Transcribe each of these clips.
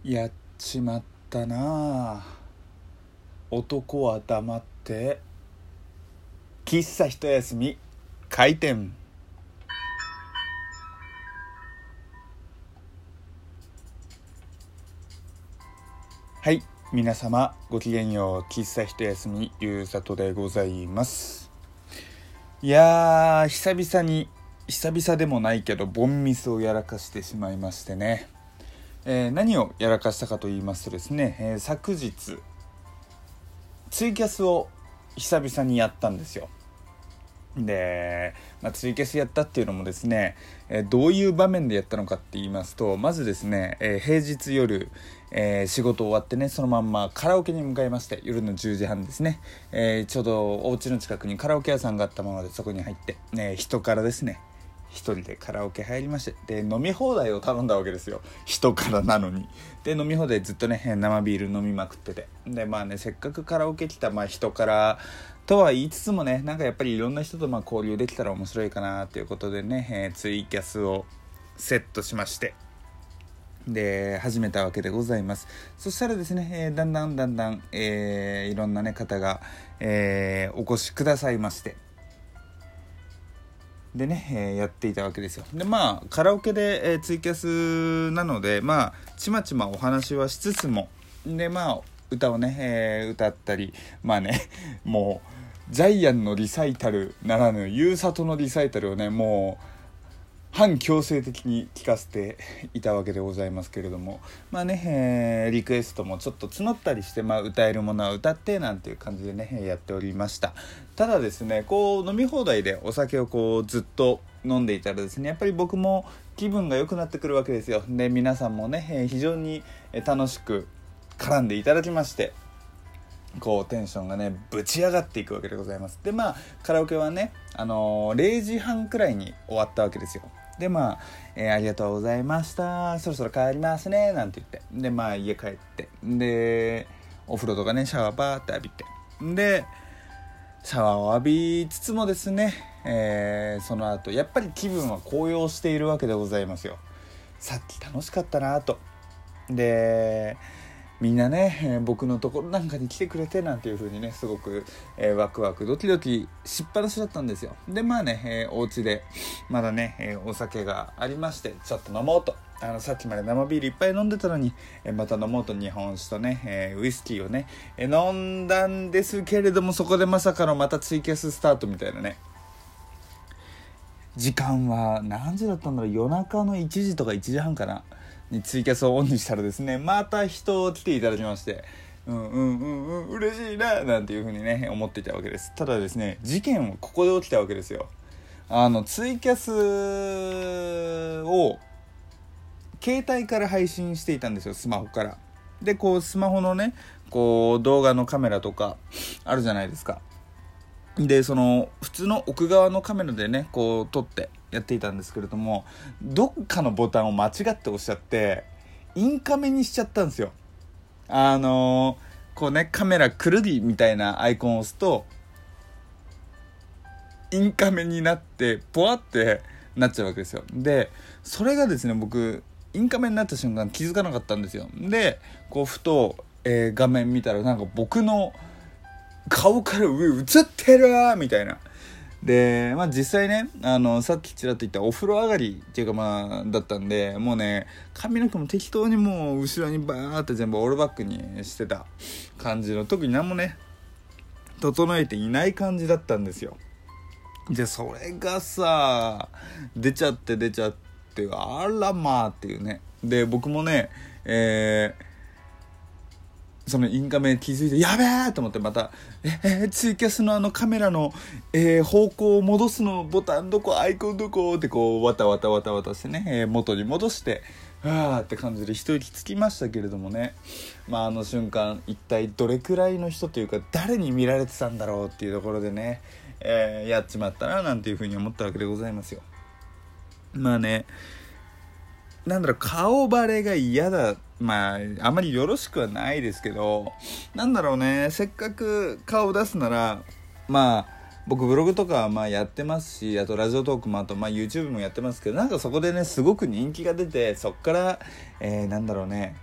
やっちまったなあ。男は黙って喫茶一休み開店。はい、皆様ごきげんよう。喫茶一休みゆうさとでございます。いやー、久々でもないけどボンミスをやらかしてしまいましてね。何をやらかしたかと言いますとですね、昨日ツイキャスを久々にやったんですよ。で、ツイキャスやったっていうのもですね、どういう場面でやったのかって言いますと、まずですね、平日夜、仕事終わってね、そのまんまカラオケに向かいまして、夜の10時半ですね、ちょうどお家の近くにカラオケ屋さんがあったもので、そこに入って、人からですね、一人でカラオケ入りまして、で飲み放題を頼んだわけですよ。人からなのに。で飲み放題ずっとね、生ビール飲みまくってて、でせっかくカラオケ来た人からとは言いつつもね、なんかやっぱりいろんな人と交流できたら面白いかなっていうことでね、ツイキャスをセットしまして、で始めたわけでございます。そしたらですね、だんだん、いろんな、方が、お越しくださいまして、でね、やっていたわけですよ。でカラオケで、ツイキャスなのでちまちまお話はしつつも、で歌をね、歌ったりもうジャイアンのリサイタルならぬゆうさとのリサイタルをね、もう反強制的に聞かせていたわけでございますけれども、リクエストもちょっと募ったりして、歌えるものは歌ってなんていう感じでね、やっておりました。ただですね、こう飲み放題でお酒をこうずっと飲んでいたらですね、やっぱり僕も気分が良くなってくるわけですよ。で皆さんもね、非常に楽しく絡んでいただきまして、こうテンションがねぶち上がっていくわけでございます。でカラオケはね、0時半くらいに終わったわけですよ。でありがとうございました、そろそろ帰りますねなんて言って、で家帰って、でお風呂とかね、シャワーバーって浴びて、でシャワーを浴びつつもですね、その後やっぱり気分は高揚しているわけでございますよ。さっき楽しかったなと。でみんなね、僕のところなんかに来てくれてなんていう風にね、すごく、ワクワクドキドキしっぱなしだったんですよ。でお家でまだね、お酒がありまして、ちょっと飲もうと、さっきまで生ビールいっぱい飲んでたのに、また飲もうと日本酒とね、ウイスキーをね、飲んだんですけれども、そこでまさかのまたツイキャススタートみたいなね。時間は何時だったんだろう、夜中の1時とか1時半かなにツイキャスをオンにしたらですね、また人を来ていただきまして、嬉しいななんていう風にね思っていたわけです。ただですね、事件はここで起きたわけですよ。ツイキャスを携帯から配信していたんですよ、スマホから。でこうスマホのね、こう動画のカメラとかあるじゃないですか。でその普通の奥側のカメラでね、こう撮ってやっていたんですけれども、どっかのボタンを間違って押しちゃってインカメにしちゃったんですよ。こうね、カメラくるりみたいなアイコンを押すとインカメになってポワってなっちゃうわけですよ。でそれがですね、僕インカメになった瞬間気づかなかったんですよ。でこうふと、画面見たらなんか僕の顔から上映ってるみたいな。で実際ね、さっきちらっと言ったお風呂上がりっていうかだったんで、もうね髪の毛も適当にもう後ろにバーって全部オールバックにしてた感じの、特に何もね整えていない感じだったんですよ。でそれがさ出ちゃってあらっていうね。で僕もね、そのインカメ気づいてやべえと思って、またツイキャスのカメラの、方向を戻すのボタンどこ、アイコンどこってこうわたわたしてね、元に戻してって感じで一息つきましたけれどもね。あの瞬間一体どれくらいの人というか誰に見られてたんだろうっていうところでね、やっちまったななんていうふうに思ったわけでございますよ。顔バレが嫌だ、あまりよろしくはないですけど、せっかく顔を出すなら僕ブログとかやってますし、あとラジオトークも、あとYouTube もやってますけど、そこでねすごく人気が出て、そっから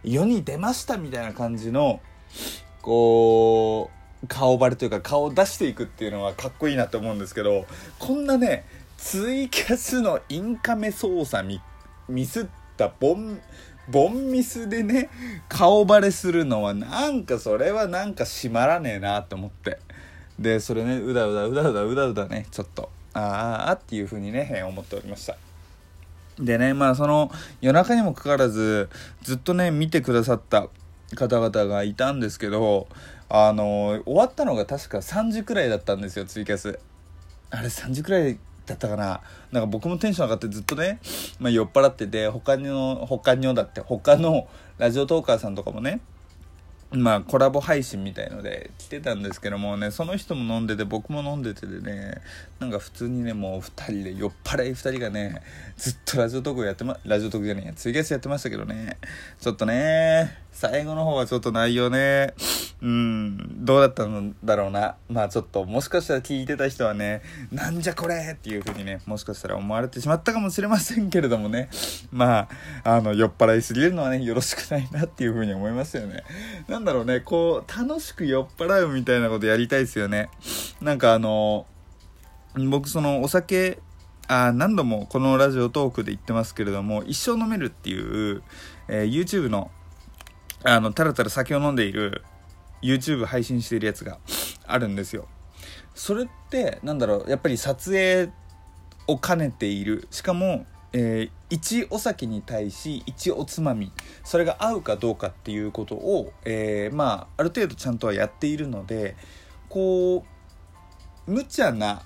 世に出ましたみたいな感じのこう顔バレというか顔を出していくっていうのはかっこいいなと思うんですけど、こんなねツイキャスのインカメ操作ミスったボンミスでね顔バレするのはなんかそれはなんか締まらねえなと思って、でそれねうだうだねちょっとっていう風にね思っておりました。でねその夜中にもかかわらずずっとね見てくださった方々がいたんですけど、終わったのが確か3時くらいだったんですよ。ツイキャスあれ3時くらいだったかな。なんか僕もテンション上がってずっとね、酔っ払ってて他のラジオトーカーさんとかもねコラボ配信みたいので来てたんですけどもね、その人も飲んでて僕も飲んでてでね、なんか普通にねもう2人で酔っ払い2人がねずっとラジオトークじゃねえやツイキャスやってましたけどね、ちょっとね最後の方はちょっと内容ねどうだったんだろうな。ちょっともしかしたら聞いてた人はねなんじゃこれっていう風にねもしかしたら思われてしまったかもしれませんけれどもね、酔っ払いすぎるのはねよろしくないなっていう風に思いますよね。なんだろうね、こう楽しく酔っ払うみたいなことやりたいですよね。なんか僕そのお酒何度もこのラジオトークで言ってますけれども、一生飲めるっていう、YouTube のたらたら酒を飲んでいる YouTube 配信しているやつがあるんですよ。それってなんだろう、やっぱり撮影を兼ねている、しかも、1お酒に対し1おつまみ、それが合うかどうかっていうことを、ある程度ちゃんとはやっているので、こう無茶な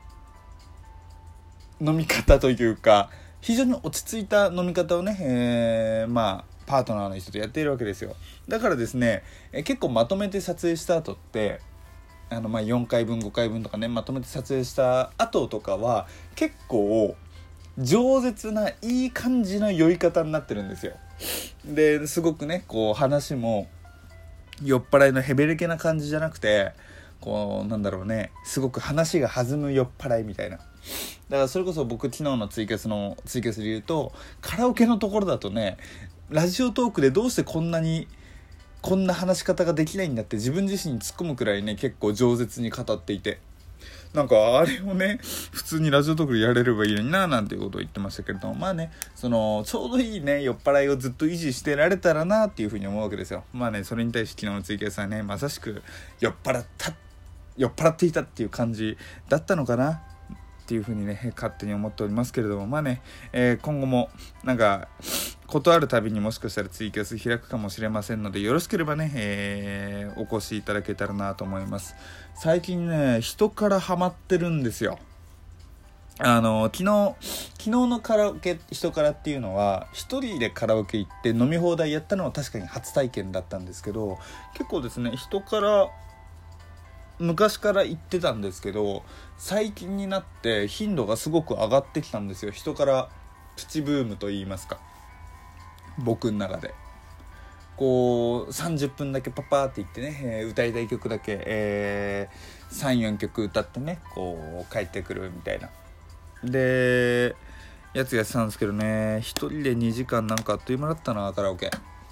飲み方というか非常に落ち着いた飲み方をね、パートナーの人とやっているわけですよ。だからですね、結構まとめて撮影した後って4回分5回分とかねまとめて撮影した後とかは結構饒舌ないい感じの酔い方になってるんですよ。ですごくねこう話も酔っ払いのヘベレケな感じじゃなくて、こうなんだろうね、すごく話が弾む酔っ払いみたいな。だからそれこそ僕昨日のツイキャスで言うと、カラオケのところだとねラジオトークでどうしてこんな話し方ができないんだって自分自身に突っ込むくらいね結構饒舌に語っていて、なんかあれをね普通にラジオトークでやれればいいのにななんていうことを言ってましたけれども、そのちょうどいいね酔っ払いをずっと維持してられたらなっていうふうに思うわけですよ。それに対して昨日のツイキャスはねまさしく酔っ払っていたっていう感じだったのかなっていう風にね勝手に思っておりますけれども、今後もなんかことあるたびにもしかしたらツイキャス開くかもしれませんので、よろしければね、お越しいただけたらなと思います。最近ね人からハマってるんですよ。昨日のカラオケ人からっていうのは一人でカラオケ行って飲み放題やったのは確かに初体験だったんですけど、結構ですね人から昔から言ってたんですけど、最近になって頻度がすごく上がってきたんですよ。人からプチブームと言いますか、僕の中でこう30分だけパパーって言ってね、歌いたい曲だけ、3,4 曲歌ってねこう帰ってくるみたいなでやつやってたんですけどね、一人で2時間なんかあっという間だったなカラオケ。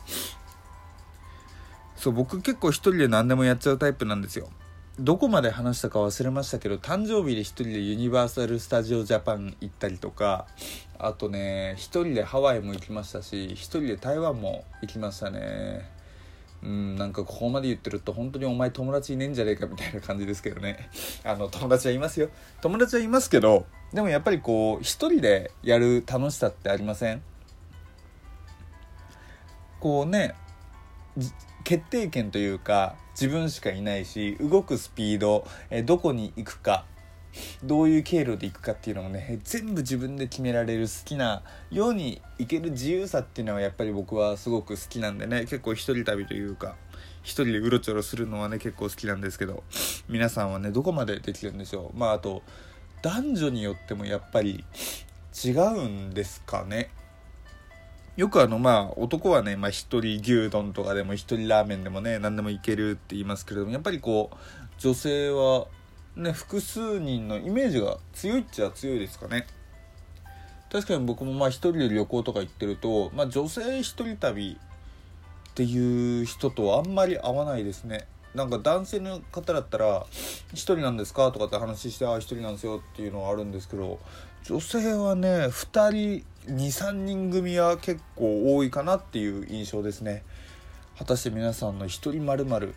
そう僕結構一人で何でもやっちゃうタイプなんですよ。どこまで話したか忘れましたけど、誕生日で一人でユニバーサル・スタジオ・ジャパン行ったりとか、あとね一人でハワイも行きましたし、一人で台湾も行きましたね。なんかここまで言ってると本当にお前友達いねえんじゃねえかみたいな感じですけどね。友達はいますよ、友達はいますけど、でもやっぱりこう一人でやる楽しさってありません？こうね決定権というか自分しかいないし、動くスピード、どこに行くかどういう経路で行くかっていうのもね全部自分で決められる好きなように行ける自由さっていうのはやっぱり僕はすごく好きなんでね、結構一人旅というか一人でうろちょろするのはね結構好きなんですけど、皆さんはねどこまでできるんでしょう。あと男女によってもやっぱり違うんですかね。よく男はね一人牛丼とかでも一人ラーメンでもね何でもいけるって言いますけれども、やっぱりこう女性はね複数人のイメージが強いっちゃ強いですかね。確かに僕も一人で旅行とか行ってると、女性一人旅っていう人とあんまり会わないですね。なんか男性の方だったら一人なんですかとかって話して、一人なんですよっていうのはあるんですけど、女性はね2人2、3人組は結構多いかなっていう印象ですね。果たして皆さんの一人〇〇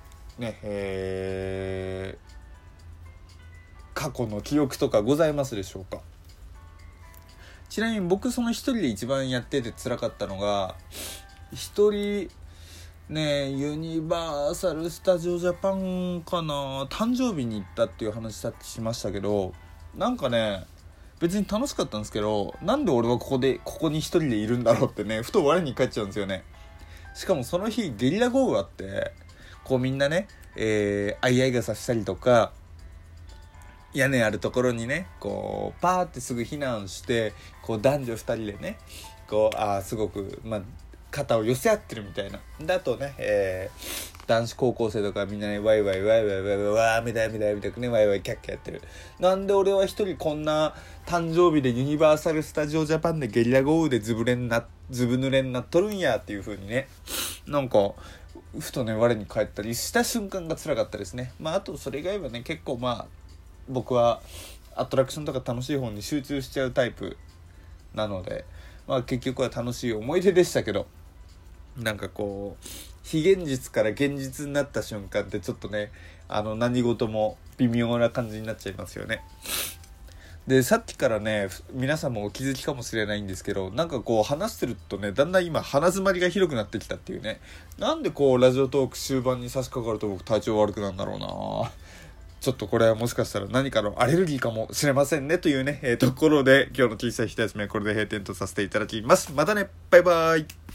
ね、過去の記憶とかございますでしょうか。ちなみに僕その一人で一番やってて辛かったのが、一人ねユニバーサル・スタジオ・ジャパンかな、誕生日に行ったっていう話しましたけど、なんかね別に楽しかったんですけど、なんで俺はここに一人でいるんだろうってね、ふと我に返っちゃうんですよね。しかもその日ゲリラ豪雨あって、こうみんなね、相合い傘したりとか、屋根あるところにねこうパーってすぐ避難して、こう男女2人でねこうすごく肩を寄せ合ってるみたいな。であとね、男子高校生とかみんなねワイワイワイワイワイワイみたいみたいみたいねワイワイキャッキャやってる。なんで俺は一人こんな誕生日でユニバーサル・スタジオ・ジャパンでゲリラ豪雨でずぶ濡れになっとるんやっていう風にね、なんかふとね我に返ったりした瞬間が辛かったですね。あとそれ以外はね結構僕はアトラクションとか楽しい方に集中しちゃうタイプなので、結局は楽しい思い出でしたけど、なんかこう非現実から現実になった瞬間ってちょっとね何事も微妙な感じになっちゃいますよね。でさっきからね皆さんもお気づきかもしれないんですけど、なんかこう話してるとねだんだん今鼻詰まりがひどくなってきたっていうね。なんでこうラジオトーク終盤に差し掛かると僕体調悪くなるんだろうな。ちょっとこれはもしかしたら何かのアレルギーかもしれませんねというね、ところで今日の小さい一休みはこれで閉店とさせていただきます。またね、バイバイ。